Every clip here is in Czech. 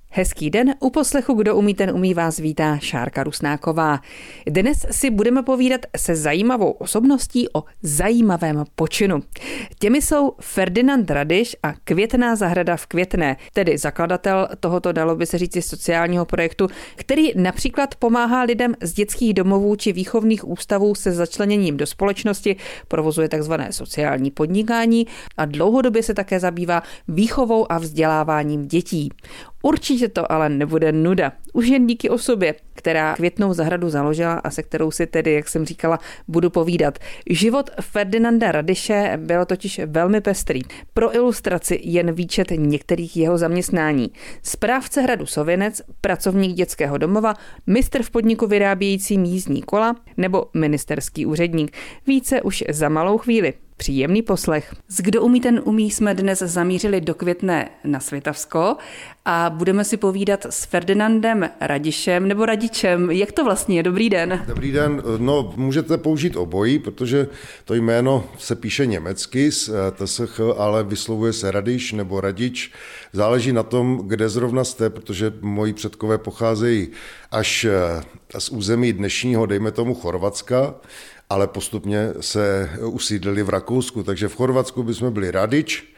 Hezký den, u poslechu Kdo umí, ten umí vás vítá Šárka Rusnáková. Dnes si budeme povídat se zajímavou osobností o zajímavém počinu. Těmi jsou Ferdinand Radiš a Květná zahrada v Květné, tedy zakladatel tohoto, dalo by se říci, sociálního projektu, který například pomáhá lidem z dětských domovů či výchovných ústavů se začleněním do společnosti, provozuje takzvané sociální podnikání a dlouhodobě se také zabývá výchovou a vzděláváním dětí. Určitě to ale nebude nuda. Už jen díky osobě, která Květnou zahradu založila a se kterou si tedy, jak jsem říkala, budu povídat. Život Ferdinanda Radiše byl totiž velmi pestrý. Pro ilustraci jen výčet některých jeho zaměstnání. Správce hradu Sovinec, pracovník dětského domova, mistr v podniku vyrábějícím jízdní kola nebo ministerský úředník. Více už za malou chvíli. Příjemný poslech. Z Kdo umí, ten umí jsme dnes zamířili do Květné na Svitavsko a budeme si povídat s Ferdinandem Radišem nebo Radičem. Jak to vlastně je? Dobrý den. Dobrý den. No, můžete použít obojí, protože to jméno se píše německy z TSH, ale vyslovuje se Radiš nebo Radič. Záleží na tom, kde zrovna jste, protože moji předkové pocházejí až z území dnešního, dejme tomu, Chorvatska, ale postupně se usídlili v Rakousku, takže v Chorvatsku bychom byli Radič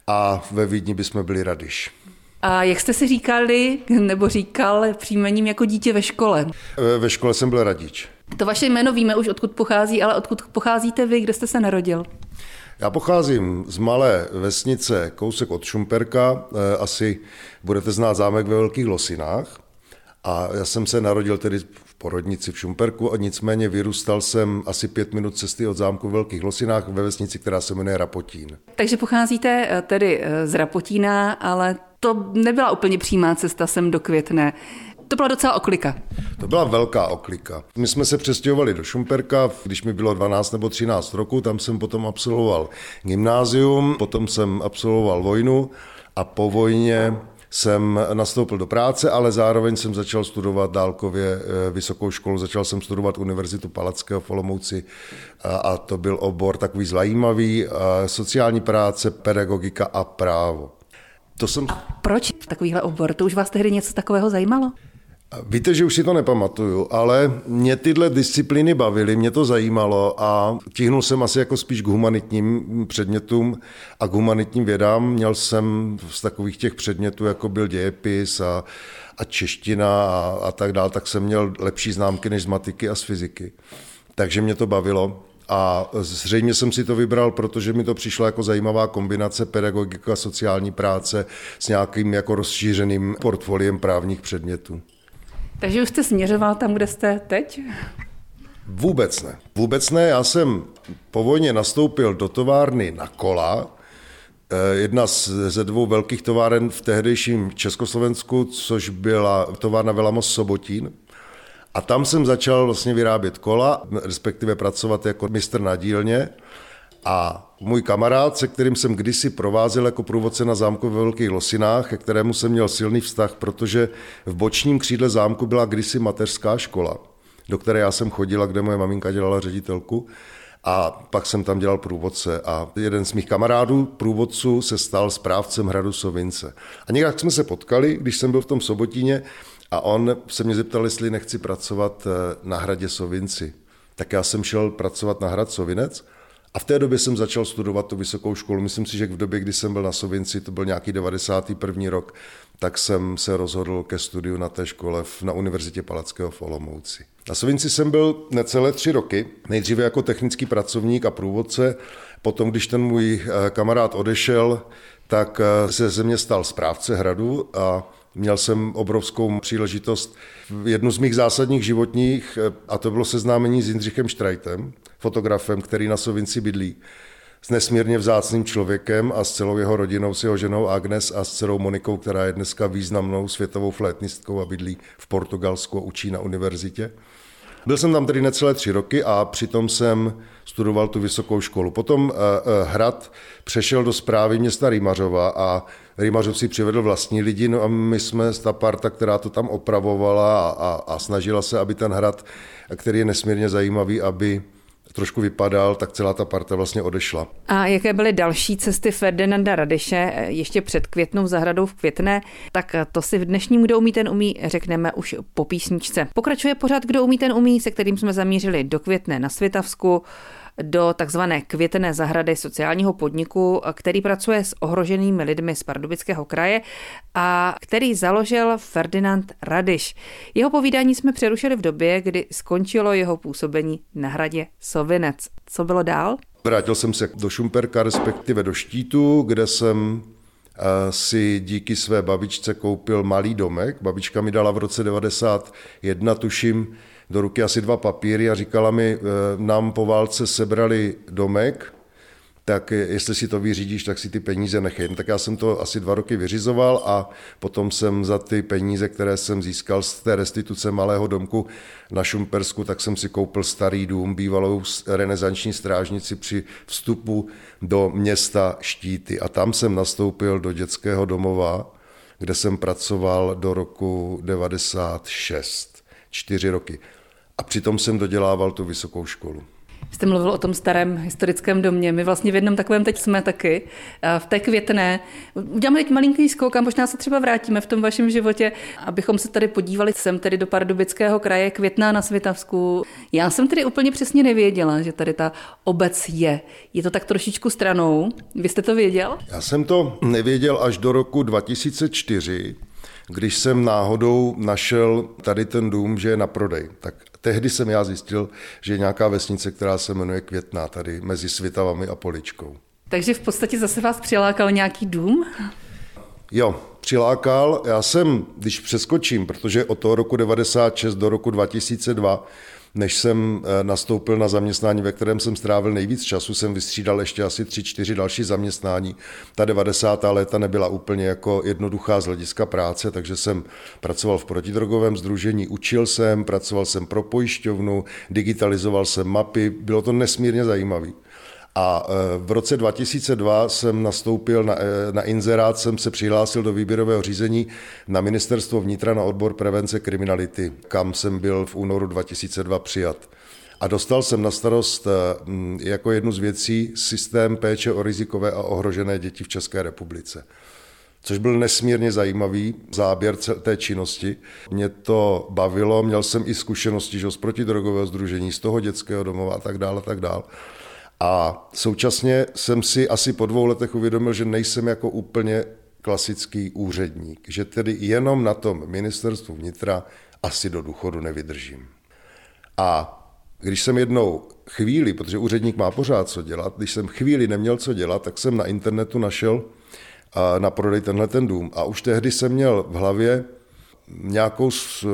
a ve Vídni bychom byli Radiš. A jak jste si říkali, nebo říkal příjmením jako dítě ve škole? Ve škole jsem byl Radič. To vaše jméno víme už, odkud pochází, ale odkud pocházíte vy, kde jste se narodil? Já pocházím z malé vesnice, kousek od Šumperka, asi budete znát zámek ve Velkých Losinách. A já jsem se narodil tedy v porodnici v Šumperku a nicméně vyrůstal jsem asi 5 minut cesty od zámku v Velkých Losinách ve vesnici, která se jmenuje Rapotín. Takže pocházíte tedy z Rapotína, ale to nebyla úplně přímá cesta sem do Květné. To byla docela oklika. To byla velká oklika. My jsme se přestěhovali do Šumperka, když mi bylo 12 nebo 13 roku, tam jsem potom absolvoval gymnázium, potom jsem absolvoval vojnu a po vojně jsem nastoupil do práce, ale zároveň jsem začal studovat dálkově vysokou školu, začal jsem studovat Univerzitu Palackého v Olomouci a to byl obor takový zajímavý, sociální práce, pedagogika a právo. A proč takovýhle obor? To už vás tehdy něco takového zajímalo? Víte, že už si to nepamatuju, ale mě tyhle disciplíny bavily, mě to zajímalo a tihnul jsem asi jako spíš k humanitním předmětům a k humanitním vědám. Měl jsem z takových těch předmětů, jako byl dějepis a čeština a tak dále, tak jsem měl lepší známky než z matiky a z fyziky. Takže mě to bavilo. A zřejmě jsem si to vybral, protože mi to přišlo jako zajímavá kombinace pedagogika a sociální práce s nějakým jako rozšířeným portfoliem právních předmětů. Takže už jste směřoval tam, kde jste teď? Vůbec ne. Vůbec ne. Já jsem po vojně nastoupil do továrny na kola, jedna ze 2 velkých továren v tehdejším Československu, což byla továrna Velamos Sobotín. A tam jsem začal vlastně vyrábět kola, respektive pracovat jako mistr na dílně. A můj kamarád, se kterým jsem kdysi provázel jako průvodce na zámku ve Velkých Losinách, ke kterému jsem měl silný vztah, protože v bočním křídle zámku byla kdysi mateřská škola, do které já jsem chodila, kde moje maminka dělala ředitelku. A pak jsem tam dělal průvodce a jeden z mých kamarádů, průvodců, se stal správcem hradu Sovince. A nějak jsme se potkali, když jsem byl v tom Sobotíně a on se mě zeptal, jestli nechci pracovat na hradě Sovinci. Tak já jsem šel pracovat na hrad Sovinec a v té době jsem začal studovat tu vysokou školu. Myslím si, že v době, kdy jsem byl na Sovinci, to byl nějaký 91. rok, tak jsem se rozhodl ke studiu na té škole na Univerzitě Palackého v Olomouci. Na Sovinci jsem byl necelé 3 roky, nejdříve jako technický pracovník a průvodce, potom, když ten můj kamarád odešel, tak se ze mě stal správce hradu a měl jsem obrovskou příležitost. Jednu z mých zásadních životních, a to bylo seznámení s Jindřichem Štrajtem, fotografem, který na Sovinci bydlí, s nesmírně vzácným člověkem a s celou jeho rodinou, s jeho ženou Agnes a s dcerou Monikou, která je dneska významnou světovou flétnistkou a bydlí v Portugalsku a učí na univerzitě. Byl jsem tam tedy necelé 3 roky a přitom jsem studoval tu vysokou školu. Potom hrad přešel do správy města Rýmařova a Rýmařov si přivedl vlastní lidi, no a my jsme ta parta, která to tam opravovala a snažila se, aby ten hrad, který je nesmírně zajímavý, aby trošku vypadal, tak celá ta parta vlastně odešla. A jaké byly další cesty Ferdinanda Radyše ještě před Květnou zahradou v Květné? Tak to si v dnešním Kdo umí, ten umí řekneme už po písničce. Pokračuje pořád Kdo umí, ten umí, se kterým jsme zamířili do Květné na Svitavsku, do takzvané Květné zahrady sociálního podniku, který pracuje s ohroženými lidmi z Pardubického kraje a který založil Ferdinand Radyš. Jeho povídání jsme přerušili v době, kdy skončilo jeho působení na hradě Sovinec. Co bylo dál? Vrátil jsem se do Šumperka, respektive do Štítu, kde jsem si díky své babičce koupil malý domek. Babička mi dala v roce 1991, tuším, do ruky asi 2 papíry a říkala mi, nám po válce sebrali domek, tak jestli si to vyřídíš, tak si ty peníze nechej. No, tak já jsem to asi 2 roky vyřizoval a potom jsem za ty peníze, které jsem získal z té restituce malého domku na Šumpersku, tak jsem si koupil starý dům, bývalou renesanční strážnici při vstupu do města Štíty. A tam jsem nastoupil do dětského domova, kde jsem pracoval do roku 96, 4 roky. A přitom jsem dodělával tu vysokou školu. Jste mluvil o tom starém historickém domě. My vlastně v jednom takovém teď jsme taky, v té Květné. Uděláme teď malinký skok a možná se třeba vrátíme v tom vašem životě, abychom se tady podívali sem tedy do Pardubického kraje, Květná na Svitavsku. Já jsem tedy úplně přesně nevěděla, že tady ta obec je. Je to tak trošičku stranou. Vy jste to věděl? Já jsem to nevěděl až do roku 2004, když jsem náhodou našel tady ten dům, že je na prodej. Tak tehdy jsem já zjistil, že je nějaká vesnice, která se jmenuje Květná, tady mezi Svitavami a Poličkou. Takže v podstatě zase vás přilákal nějaký dům? Jo, přilákal. Já jsem, když přeskočím, protože od toho roku 96 do roku 2002, než jsem nastoupil na zaměstnání, ve kterém jsem strávil nejvíc času, jsem vystřídal ještě asi 3-4 další zaměstnání. Ta 90. léta nebyla úplně jako jednoduchá z hlediska práce, takže jsem pracoval v protidrogovém sdružení, učil jsem, pracoval jsem pro pojišťovnu, digitalizoval jsem mapy, bylo to nesmírně zajímavé. A v roce 2002 jsem nastoupil na inzerát, jsem se přihlásil do výběrového řízení na Ministerstvo vnitra na odbor prevence kriminality, kam jsem byl v únoru 2002 přijat. A dostal jsem na starost jako jednu z věcí systém péče o rizikové a ohrožené děti v České republice. Což byl nesmírně zajímavý záběr té činnosti. Mě to bavilo, měl jsem i zkušenosti z protidrogového sdružení, z toho dětského domova a tak dále, a tak dále. A současně jsem si asi po 2 letech uvědomil, že nejsem jako úplně klasický úředník, že tedy jenom na tom ministerstvu vnitra asi do důchodu nevydržím. A když jsem jednou chvíli, protože úředník má pořád co dělat, když jsem chvíli neměl co dělat, tak jsem na internetu našel na prodej tenhle ten dům. A už tehdy jsem měl v hlavě nějakou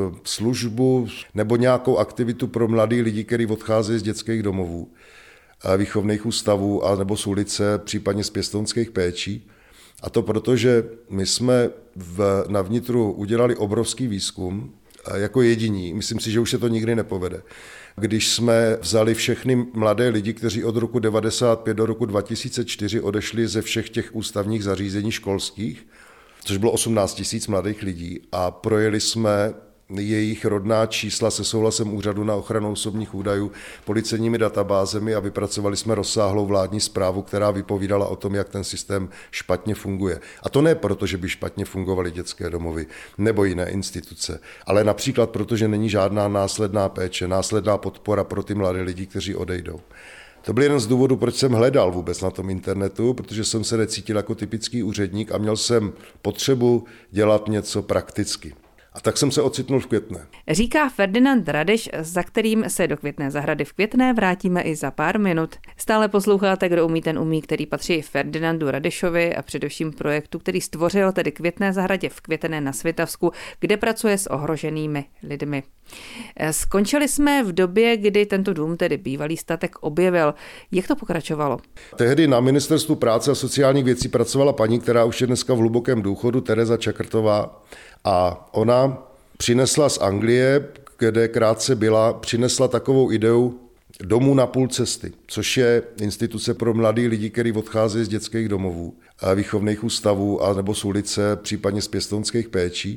službu nebo nějakou aktivitu pro mladý lidi, kteří odcházejí z dětských domovů, výchovných ústavů a nebo z ulice, případně z pěstounských péčí. A to proto, že my jsme na vnitru udělali obrovský výzkum jako jediní. Myslím si, že už se to nikdy nepovede. Když jsme vzali všechny mladé lidi, kteří od roku 1995 do roku 2004 odešli ze všech těch ústavních zařízení školských, což bylo 18 000 mladých lidí, a projeli jsme jejich rodná čísla se souhlasem Úřadu na ochranu osobních údajů policejními databázemi a vypracovali jsme rozsáhlou vládní zprávu, která vypovídala o tom, jak ten systém špatně funguje. A to ne proto, že by špatně fungovaly dětské domovy nebo jiné instituce, ale například proto, že není žádná následná péče, následná podpora pro ty mladé lidi, kteří odejdou. To byl jeden z důvodů, proč jsem hledal vůbec na tom internetu, protože jsem se necítil jako typický úředník a měl jsem potřebu dělat něco prakticky. A tak jsem se ocitnul v Květné. Říká Ferdinand Radyš, za kterým se do Květné zahrady v Květné vrátíme i za pár minut. Stále posloucháte Kdo umí, ten umí, který patří Ferdinandu Radyšovi a především projektu, který stvořil tedy Květné zahradě v Květné na Svitavsku, kde pracuje s ohroženými lidmi. Skončili jsme v době, kdy tento dům, tedy bývalý statek, objevil. Jak to pokračovalo? Tehdy na Ministerstvu práce a sociálních věcí pracovala paní, která už je dneska v hlubokém důchodu, Tereza Čakrtová, a ona přinesla z Anglie, kde krátce byla, přinesla takovou ideu domů na půl cesty, což je instituce pro mladý lidi, kteří odcházejí z dětských domovů, výchovných ústavů a nebo z ulice, případně z pěstounských péčí.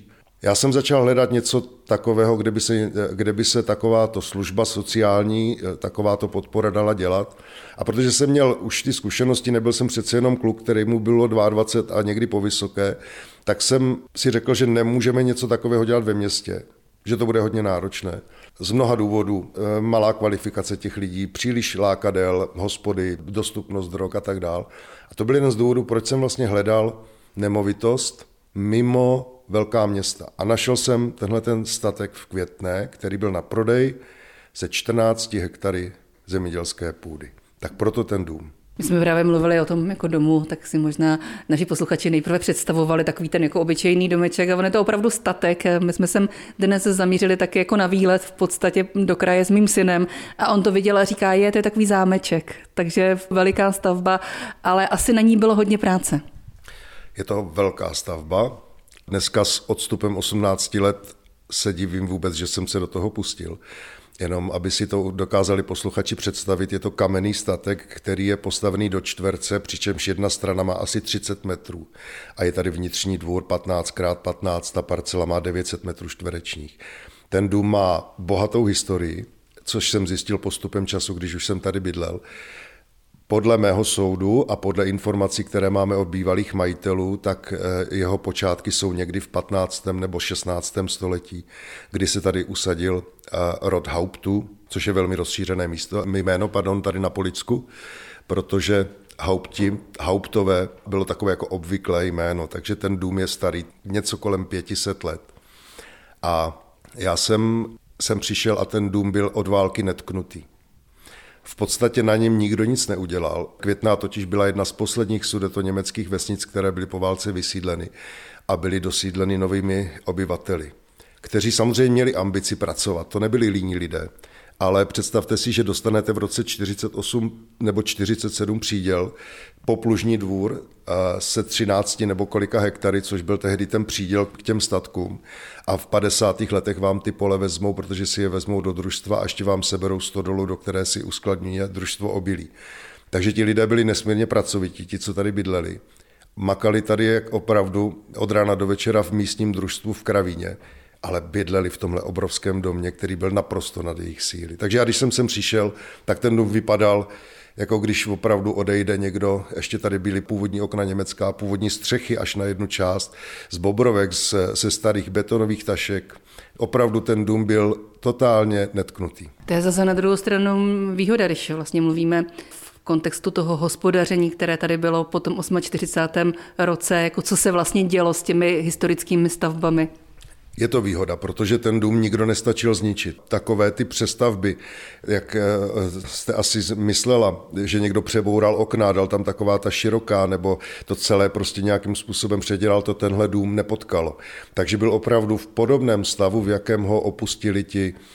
Já jsem začal hledat něco takového, kde by se takováto služba sociální, takováto podpora dala dělat. A protože jsem měl už ty zkušenosti, nebyl jsem přece jenom kluk, který mu bylo 22 a někdy po vysoké, tak jsem si řekl, že nemůžeme něco takového dělat ve městě, že to bude hodně náročné. Z mnoha důvodů, malá kvalifikace těch lidí, příliš lákadel, hospody, dostupnost drog a tak dál. A to byl jeden z důvodů, proč jsem vlastně hledal nemovitost mimo velká města. A našel jsem tenhle statek v Květné, který byl na prodej se 14 hektary zemědělské půdy. Tak proto ten dům. My jsme právě mluvili o tom jako domu, tak si možná naši posluchači nejprve představovali takový ten jako obyčejný domeček a on je to opravdu statek. My jsme sem dnes zamířili taky jako na výlet v podstatě do kraje s mým synem a on to viděl a říká, to je takový zámeček, takže veliká stavba, ale asi na ní bylo hodně práce. Je to velká stavba. Dneska s odstupem 18 let se divím vůbec, že jsem se do toho pustil. Jenom aby si to dokázali posluchači představit, je to kamenný statek, který je postavený do čtverce, přičemž jedna strana má asi 30 metrů. A je tady vnitřní dvůr 15x15, ta parcela má 900 metrů čtverečních. Ten dům má bohatou historii, což jsem zjistil postupem času, když už jsem tady bydlel. Podle mého soudu a podle informací, které máme od bývalých majitelů, tak jeho počátky jsou někdy v 15. nebo 16. století, kdy se tady usadil rod Hauptů, což je velmi rozšířené jméno tady na Policku, protože Hauptové bylo takové jako obvyklé jméno, takže ten dům je starý něco kolem 500 let. A já jsem přišel a ten dům byl od války netknutý. V podstatě na něm nikdo nic neudělal. Květná totiž byla jedna z posledních sudetoněmeckých vesnic, které byly po válce vysídleny a byly dosídleny novými obyvateli, kteří samozřejmě měli ambici pracovat. To nebyli líní lidé, ale představte si, že dostanete v roce 48 nebo 47 příděl, poplužní dvůr se 13 nebo kolika hektary, což byl tehdy ten příděl k těm statkům. A v 50. letech vám ty pole vezmou, protože si je vezmou do družstva a ještě vám seberou stodolu, do které si uskladňují družstvo obilí. Takže ti lidé byli nesmírně pracovití, ti, co tady bydleli. Makali tady jak opravdu od rána do večera v místním družstvu v Kravíně, ale bydleli v tomhle obrovském domě, který byl naprosto nad jejich síly. Takže já, když jsem sem přišel, tak ten dům vypadal, jako když opravdu odejde někdo, ještě tady byly původní okna německá, původní střechy až na jednu část, z bobrovek, ze starých betonových tašek. Opravdu ten dům byl totálně netknutý. To je zase na druhou stranu výhoda, když vlastně mluvíme v kontextu toho hospodaření, které tady bylo po tom 48. roce, jako co se vlastně dělo s těmi historickými stavbami. Je to výhoda, protože ten dům nikdo nestačil zničit. Takové ty přestavby, jak jste asi myslela, že někdo přeboural okna, dal tam taková ta široká, nebo to celé prostě nějakým způsobem předělal, to tenhle dům nepotkalo. Takže byl opravdu v podobném stavu, v jakém ho opustili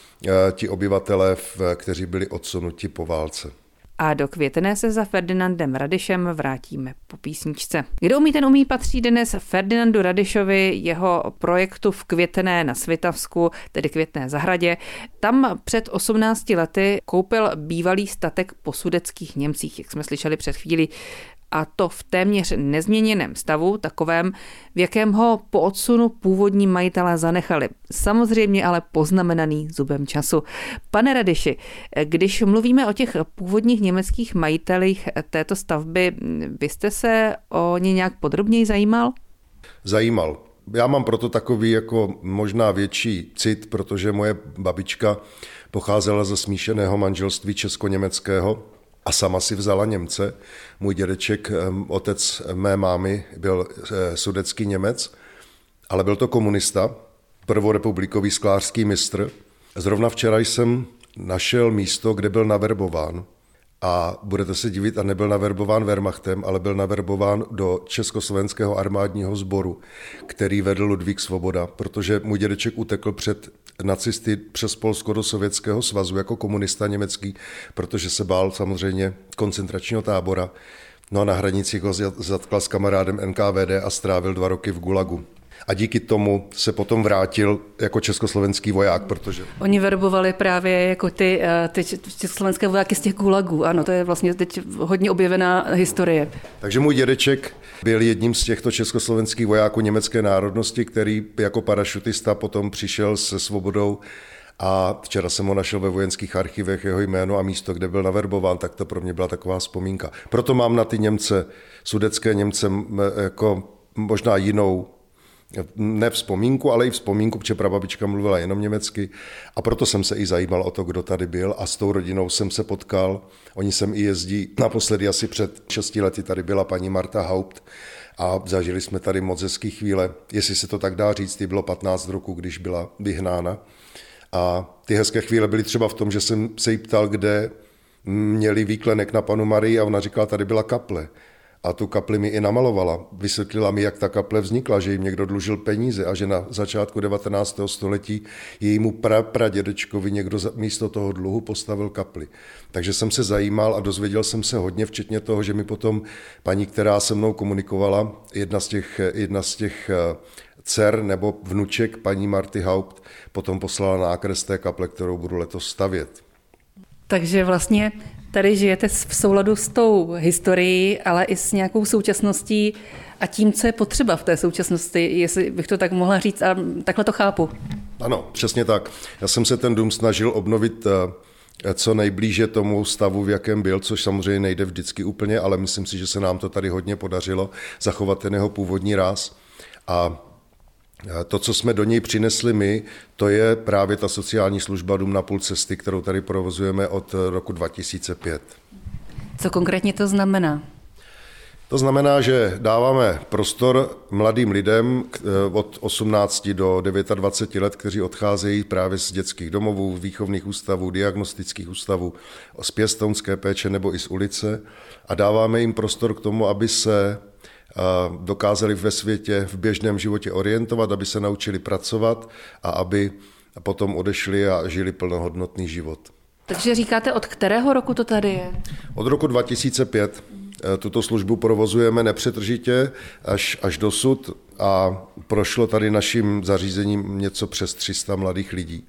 ti obyvatelé, kteří byli odsunuti po válce. A do Květné se za Ferdinandem Radyšem vrátíme po písničce. Kdo umí, ten umí patří dnes Ferdinandu Radyšovi, jeho projektu v Květné na Svitavsku, tedy Květné zahradě. Tam před 18 lety koupil bývalý statek po sudetských Němcích, jak jsme slyšeli před chvílí, a to v téměř nezměněném stavu, takovém, v jakém ho po odsunu původní majitelé zanechali. Samozřejmě ale poznamenaný zubem času. Pane Radyši, když mluvíme o těch původních německých majitelích této stavby, vy jste se o ně nějak podrobněji zajímal? Zajímal. Já mám proto takový jako možná větší cit, protože moje babička pocházela ze smíšeného manželství česko-německého, a sama si vzala Němce. Můj dědeček, otec mé mámy, byl sudetský Němec, ale byl to komunista, prvorepublikový sklářský mistr. Zrovna včera jsem našel místo, kde byl naverbován. A budete se divit, a nebyl naverbován Wehrmachtem, ale byl naverbován do Československého armádního sboru, který vedl Ludvík Svoboda, protože můj dědeček utekl před nacisty přes Polsko do Sovětského svazu jako komunista německý, protože se bál samozřejmě koncentračního tábora. No a na hranicích ho zatkla s kamarádem NKVD a strávil 2 roky v Gulagu. a díky tomu se potom vrátil jako československý voják, protože... Oni verbovali právě jako ty československé vojáky z těch gulagů. Ano, to je vlastně teď hodně objevená historie. Takže můj dědeček byl jedním z těchto československých vojáků německé národnosti, který jako parašutista potom přišel se svobodou. A včera jsem ho našel ve vojenských archivech, jeho jméno a místo, kde byl naverbován, tak to pro mě byla taková vzpomínka. Proto mám na ty Němce, sudetské Němce, jako možná jinou, ne vzpomínku, ale i vzpomínku, protože prababička mluvila jenom německy a proto jsem se i zajímal o to, kdo tady byl a s tou rodinou jsem se potkal. Oni sem i jezdí. Naposledy asi před 6 lety tady byla paní Marta Haupt a zažili jsme tady moc hezký chvíle. Jestli se to tak dá říct, jí bylo 15 roku, když byla vyhnána. A ty hezké chvíle byly třeba v tom, že jsem se jí ptal, kde měli výklenek na Pannu Marii a ona říkala, tady byla kaple. A tu kapli mi i namalovala. Vysvětlila mi, jak ta kaple vznikla, že jim někdo dlužil peníze a že na začátku 19. století jejímu pradědečkovi někdo místo toho dluhu postavil kapli. Takže jsem se zajímal a dozvěděl jsem se hodně, včetně toho, že mi potom paní, která se mnou komunikovala, jedna z těch dcer nebo vnuček paní Marty Haupt, potom poslala nákres té kaple, kterou budu letos stavět. Takže vlastně tady žijete v souladu s tou historií, ale i s nějakou současností a tím, co je potřeba v té současnosti, jestli bych to tak mohla říct, a takhle to chápu. Ano, přesně tak. Já jsem se ten dům snažil obnovit co nejblíže tomu stavu, v jakém byl, což samozřejmě nejde vždycky úplně, ale myslím si, že se nám to tady hodně podařilo zachovat ten jeho původní ráz. A to, co jsme do něj přinesli my, to je právě ta sociální služba Dům na půl cesty, kterou tady provozujeme od roku 2005. Co konkrétně to znamená? To znamená, že dáváme prostor mladým lidem od 18 do 29 let, kteří odcházejí právě z dětských domovů, výchovných ústavů, diagnostických ústavů, z pěstounské péče nebo i z ulice a dáváme jim prostor k tomu, aby se dokázali ve světě, v běžném životě orientovat, aby se naučili pracovat a aby potom odešli a žili plnohodnotný život. Takže říkáte, od kterého roku to tady je? Od roku 2005 tuto službu provozujeme nepřetržitě až dosud a prošlo tady naším zařízením něco přes 300 mladých lidí.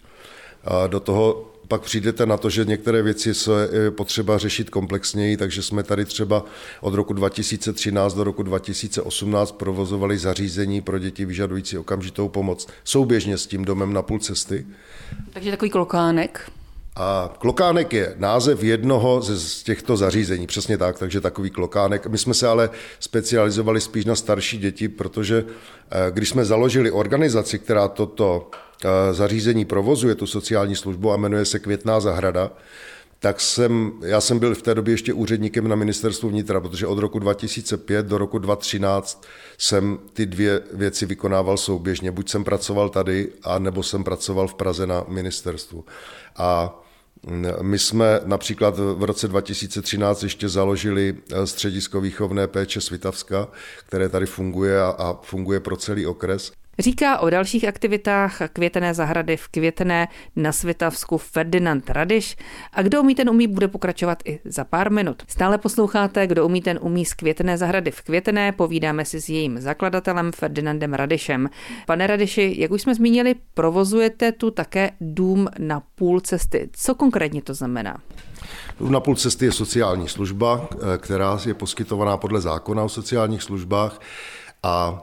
A do toho pak přijdete na to, že některé věci je potřeba řešit komplexněji, takže jsme tady třeba od roku 2013 do roku 2018 provozovali zařízení pro děti vyžadující okamžitou pomoc souběžně s tím domem na půl cesty. Takže takový klokánek. A klokánek je název jednoho z těchto zařízení, přesně tak, takže takový klokánek. My jsme se ale specializovali spíš na starší děti, protože když jsme založili organizaci, která toto zařízení provozuje, tu sociální službu a jmenuje se Květná zahrada, tak já jsem byl v té době ještě úředníkem na ministerstvu vnitra, protože od roku 2005 do roku 2013 jsem ty dvě věci vykonával souběžně. Buď jsem pracoval tady, anebo jsem pracoval v Praze na ministerstvu. A my jsme například v roce 2013 ještě založili středisko výchovné péče Svitavska, které tady funguje a funguje pro celý okres. Říká o dalších aktivitách Květné zahrady v Květné na Svitavsku Ferdinand Radiš a Kdo umí, ten umí bude pokračovat i za pár minut. Stále posloucháte Kdo umí, ten umí z Květné zahrady v Květné, povídáme si s jejím zakladatelem Ferdinandem Radišem. Pane Radiši, jak už jsme zmínili, provozujete tu také dům na půl cesty. Co konkrétně to znamená? Dům na půl cesty je sociální služba, která je poskytovaná podle zákona o sociálních službách a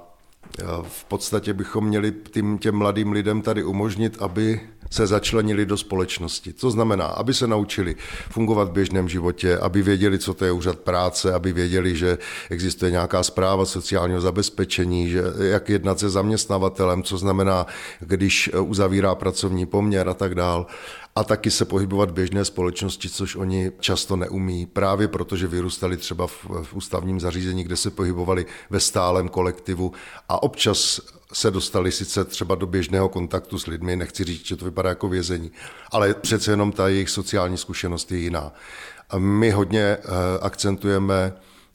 v podstatě bychom měli těm mladým lidem tady umožnit, aby se začlenili do společnosti. To znamená, aby se naučili fungovat v běžném životě, aby věděli, co to je úřad práce, aby věděli, že existuje nějaká správa sociálního zabezpečení, že jak jednat se zaměstnavatelem, co znamená, když uzavírá pracovní poměr a tak dál. A taky se pohybovat v běžné společnosti, což oni často neumí, právě protože vyrůstali třeba v ústavním zařízení, kde se pohybovali ve stálem kolektivu a občas se dostali sice třeba do běžného kontaktu s lidmi, nechci říct, že to vypadá jako vězení, ale přece jenom ta jejich sociální zkušenost je jiná. A my hodně akcentujeme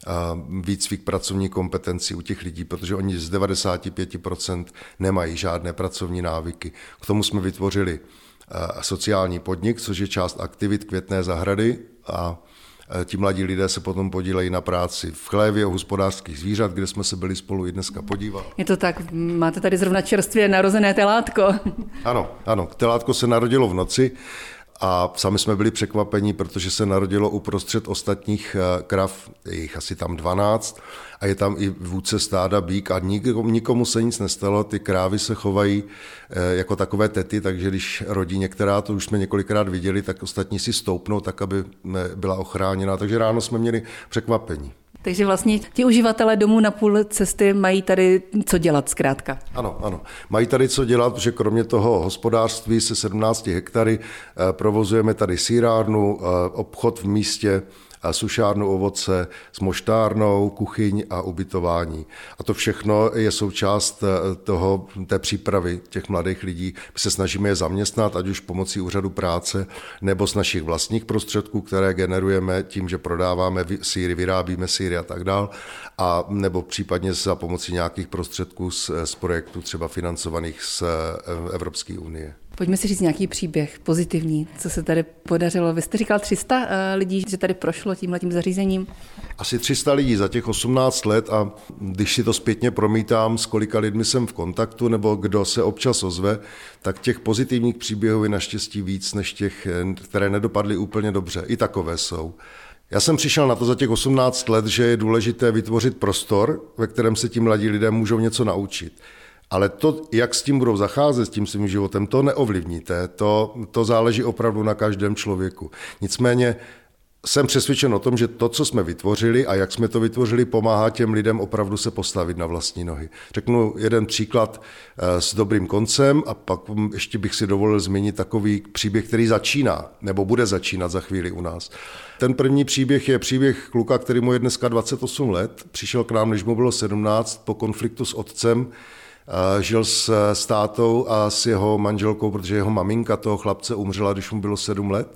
výcvik pracovní kompetenci u těch lidí, protože oni z 95% nemají žádné pracovní návyky. K tomu jsme vytvořili sociální podnik, což je část aktivit Květné zahrady a Ti mladí lidé se potom podílejí na práci v chlévě u hospodářských zvířat, kde jsme se byli spolu i dneska podívat. Je to tak, máte tady zrovna čerstvě narozené telátko. Ano, telátko se narodilo v noci a sami jsme byli překvapení, protože se narodilo uprostřed ostatních krav, je jich asi tam 12 a je tam i vůdce stáda býk a nikomu se nic nestalo, ty krávy se chovají jako takové tety, takže když rodí některá, to už jsme několikrát viděli, tak ostatní si stoupnou tak, aby byla ochráněna, takže ráno jsme měli překvapení. Takže vlastně ti uživatelé domů na půl cesty mají tady co dělat zkrátka. Ano. Mají tady co dělat, protože kromě toho hospodářství se 17 hektary provozujeme tady sýrárnu, obchod v místě, sušárnu ovoce s moštárnou, kuchyň a ubytování. A to všechno je součást té přípravy těch mladých lidí. My se snažíme je zaměstnat, ať už pomocí úřadu práce, nebo z našich vlastních prostředků, které generujeme tím, že prodáváme sýry, vyrábíme sýry a tak dál, a nebo případně za pomocí nějakých prostředků z projektů třeba financovaných z Evropské unie. Pojďme si říct nějaký příběh pozitivní, co se tady podařilo. Vy jste říkal 300 lidí, že tady prošlo tímhletím zařízením? Asi 300 lidí za těch 18 let a když si to zpětně promítám, s kolika lidmi jsem v kontaktu nebo kdo se občas ozve, tak těch pozitivních příběhů je naštěstí víc než těch, které nedopadly úplně dobře. I takové jsou. Já jsem přišel na to za těch 18 let, že je důležité vytvořit prostor, ve kterém se ti mladí lidé můžou něco naučit. Ale to, jak s tím budou zacházet, s tím svým životem, to neovlivníte. To záleží opravdu na každém člověku. Nicméně jsem přesvědčen o tom, že to, co jsme vytvořili a jak jsme to vytvořili, pomáhá těm lidem opravdu se postavit na vlastní nohy. Řeknu jeden příklad s dobrým koncem a pak ještě bych si dovolil zmínit takový příběh, který začíná, nebo bude začínat za chvíli u nás. Ten první příběh je příběh kluka, který mu je dneska 28 let. Přišel k nám, když mu bylo 17, po konfliktu s otcem. Žil s tátou a s jeho manželkou, protože jeho maminka toho chlapce umřela, když mu bylo 7 let.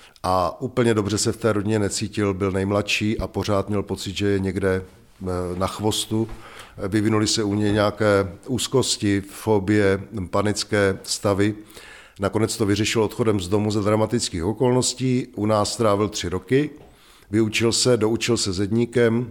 A úplně dobře se v té rodině necítil, byl nejmladší a pořád měl pocit, že je někde na chvostu. Vyvinuly se u něj nějaké úzkosti, fobie, panické stavy. Nakonec to vyřešil odchodem z domu za dramatických okolností. U nás strávil 3 roky, vyučil se, doučil se zedníkem,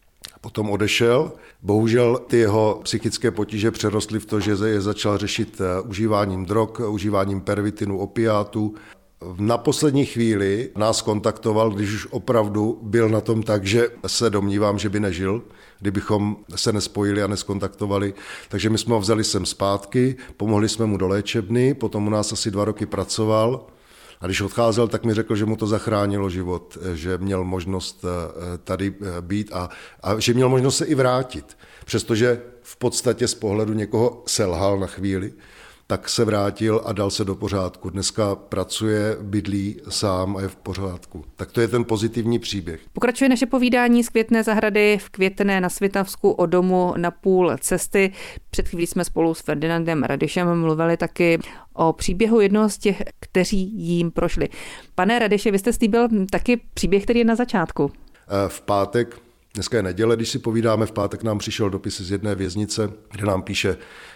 potom odešel. Bohužel ty jeho psychické potíže přerostly v to, že je začal řešit užíváním drog, užíváním pervitinu, opiátů. Na poslední chvíli nás kontaktoval, když už opravdu byl na tom tak, že se domnívám, že by nežil, kdybychom se nespojili a neskontaktovali. Takže my jsme ho vzali sem zpátky, pomohli jsme mu do léčebny, potom u nás asi 2 roky pracoval. A když odcházel, tak mi řekl, že mu to zachránilo život, že měl možnost tady být a že měl možnost se i vrátit. Přestože v podstatě z pohledu někoho selhal na chvíli, tak se vrátil a dal se do pořádku. Dneska pracuje, bydlí sám a je v pořádku. Tak to je ten pozitivní příběh. Pokračuje naše povídání z Květné zahrady v Květné na Svitavsku o domu na půl cesty. Před chvílí jsme spolu s Ferdinandem Radišem mluvili taky o příběhu jednoho z těch, kteří jím prošli. Pane Radiši, vy jste slíbil taky příběh, který je na začátku. V pátek, dneska je neděle, když si povídáme, v pátek nám přišel dopis z jedné věznice, kde nám píše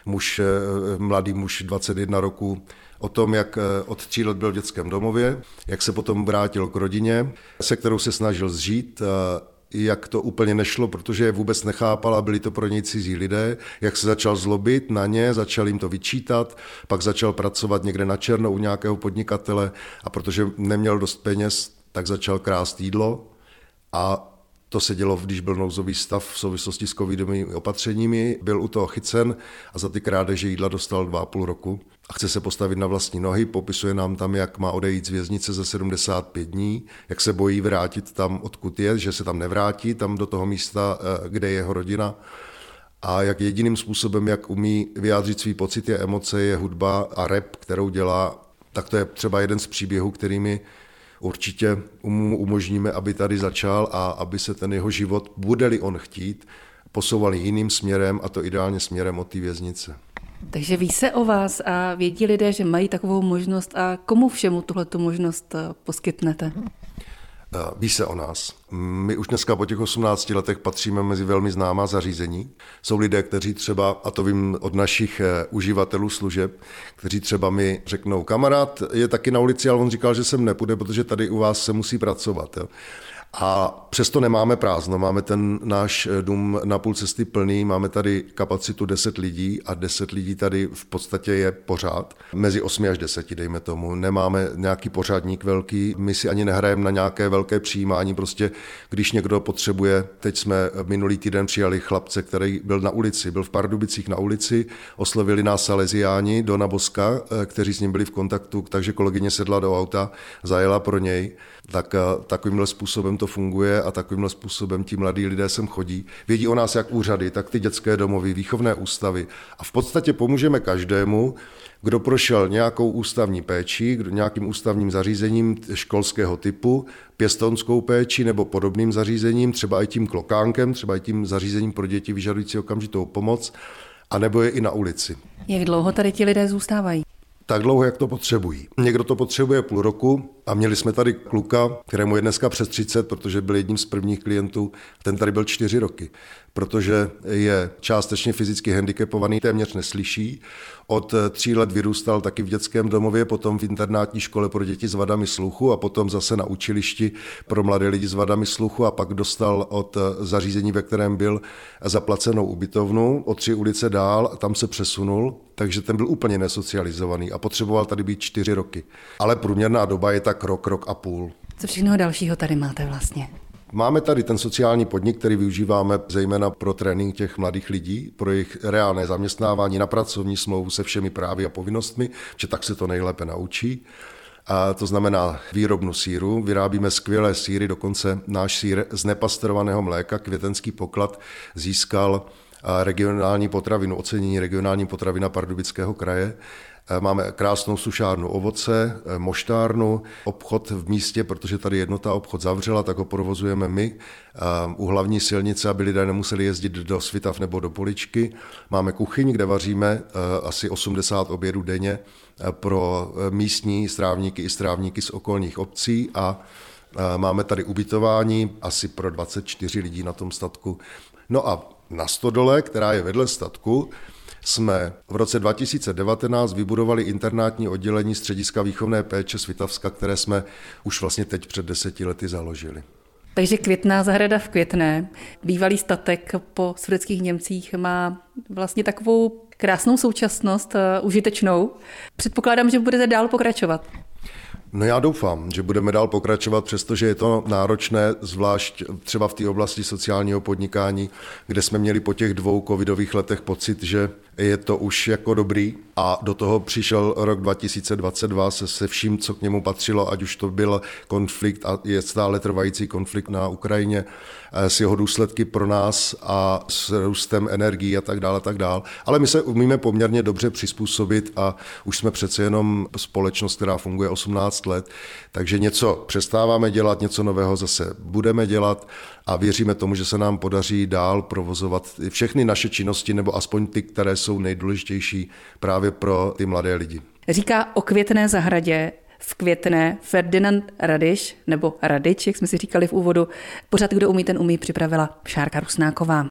mladý muž 21 roků o tom, jak od 3 let byl v dětském domově, jak se potom vrátil k rodině, se kterou se snažil zžít, jak to úplně nešlo, protože je vůbec nechápal a byli to pro něj cizí lidé, jak se začal zlobit na ně, začal jim to vyčítat, pak začal pracovat někde na černo u nějakého podnikatele a protože neměl dost peněz, tak začal krást jídlo a to se dělo, když byl nouzový stav v souvislosti s covidovými opatřeními, byl u toho chycen a za ty krádeže jídla dostal 2,5 roku a chce se postavit na vlastní nohy, popisuje nám tam, jak má odejít z věznice za 75 dní, jak se bojí vrátit tam, odkud je, že se tam nevrátí, tam do toho místa, kde je jeho rodina a jak jediným způsobem, jak umí vyjádřit svý pocity a emoce, je hudba a rap, kterou dělá, tak to je třeba jeden z příběhů, kterými určitě mu umožníme, aby tady začal a aby se ten jeho život, bude-li on chtít, posouval jiným směrem a to ideálně směrem od té věznice. Takže ví se o vás a vědí lidé, že mají takovou možnost a komu všemu tuhletu možnost poskytnete? Ví se o nás. My už dneska po těch 18 letech patříme mezi velmi známá zařízení. Jsou lidé, kteří třeba, a to vím od našich uživatelů služeb, kteří třeba mi řeknou, kamarád je taky na ulici, ale on říkal, že sem nepůjde, protože tady u vás se musí pracovat. Jo. A přesto nemáme prázdno, máme ten náš dům na půl cesty plný, máme tady kapacitu 10 lidí a 10 lidí tady v podstatě je pořád. Mezi 8 až 10, dejme tomu. Nemáme nějaký pořadník velký, my si ani nehrajeme na nějaké velké přijímání, prostě když někdo potřebuje. Teď jsme minulý týden přijali chlapce, který byl na ulici, byl v Pardubicích na ulici, oslovili nás Salesiáni Dona Boska, kteří s ním byli v kontaktu, takže kolegyně sedla do auta, zajela pro něj. Tak takovýmhle způsobem to funguje a takovýmhle způsobem ti mladí lidé sem chodí. Vědí o nás jak úřady, tak ty dětské domovy, výchovné ústavy a v podstatě pomůžeme každému, kdo prošel nějakou ústavní péči, nějakým ústavním zařízením školského typu, pěstounskou péči nebo podobným zařízením, třeba i tím klokánkem, třeba i tím zařízením pro děti vyžadující okamžitou pomoc, anebo je i na ulici. Jak dlouho tady ti lidé zůstávají? Tak dlouho, jak to potřebují. Někdo to potřebuje půl roku a měli jsme tady kluka, kterému je dneska přes 30, protože byl jedním z prvních klientů, ten tady byl 4 roky, protože je částečně fyzicky handicapovaný, téměř neslyší. Od 3 let vyrůstal taky v dětském domově, potom v internátní škole pro děti s vadami sluchu a potom zase na učilišti pro mladé lidi s vadami sluchu a pak dostal od zařízení, ve kterém byl, zaplacenou ubytovnu o 3 ulice dál a tam se přesunul, takže ten byl úplně nesocializovaný a potřeboval tady být 4 roky. Ale průměrná doba je tak rok a půl. Co všechno dalšího tady máte vlastně? Máme tady ten sociální podnik, který využíváme zejména pro trénink těch mladých lidí, pro jejich reálné zaměstnávání na pracovní smlouvu se všemi právy a povinnostmi, že tak se to nejlépe naučí. A to znamená výrobnu sýru. Vyrábíme skvělé sýry, dokonce náš sýr z nepastorovaného mléka, Květenský poklad, získal regionální potravinu, ocenění regionální potravina Pardubického kraje. Máme krásnou sušárnu ovoce, moštárnu, obchod v místě, protože tady jednota obchod zavřela, tak ho provozujeme my. U hlavní silnice, aby lidé nemuseli jezdit do Svitav nebo do Poličky. Máme kuchyň, kde vaříme asi 80 obědů denně pro místní strávníky i strávníky z okolních obcí a máme tady ubytování asi pro 24 lidí na tom statku. No a na stodole, která je vedle statku, jsme v roce 2019 vybudovali internátní oddělení střediska výchovné péče Svitavska, které jsme už vlastně teď před 10 lety založili. Takže Květná zahrada v Květné, bývalý statek po sudetských Němcích, má vlastně takovou krásnou současnost, užitečnou. Předpokládám, že budete dál pokračovat. No já doufám, že budeme dál pokračovat, přestože je to náročné, zvlášť třeba v té oblasti sociálního podnikání, kde jsme měli po těch 2 covidových letech pocit, že je to už jako dobrý a do toho přišel rok 2022 se vším, co k němu patřilo, ať už to byl konflikt a je stále trvající konflikt na Ukrajině s jeho důsledky pro nás a s růstem energií a tak dále. Ale my se umíme poměrně dobře přizpůsobit a už jsme přece jenom společnost, která funguje 18 let, takže něco přestáváme dělat, něco nového zase budeme dělat a věříme tomu, že se nám podaří dál provozovat všechny naše činnosti, nebo aspoň ty, které jsou nejdůležitější právě pro ty mladé lidi. Říká o Květné zahradě v Květné Ferdinand Radiš, nebo Radič, jak jsme si říkali v úvodu. Pořad Kdo umí, ten umí připravila Šárka Rusnáková.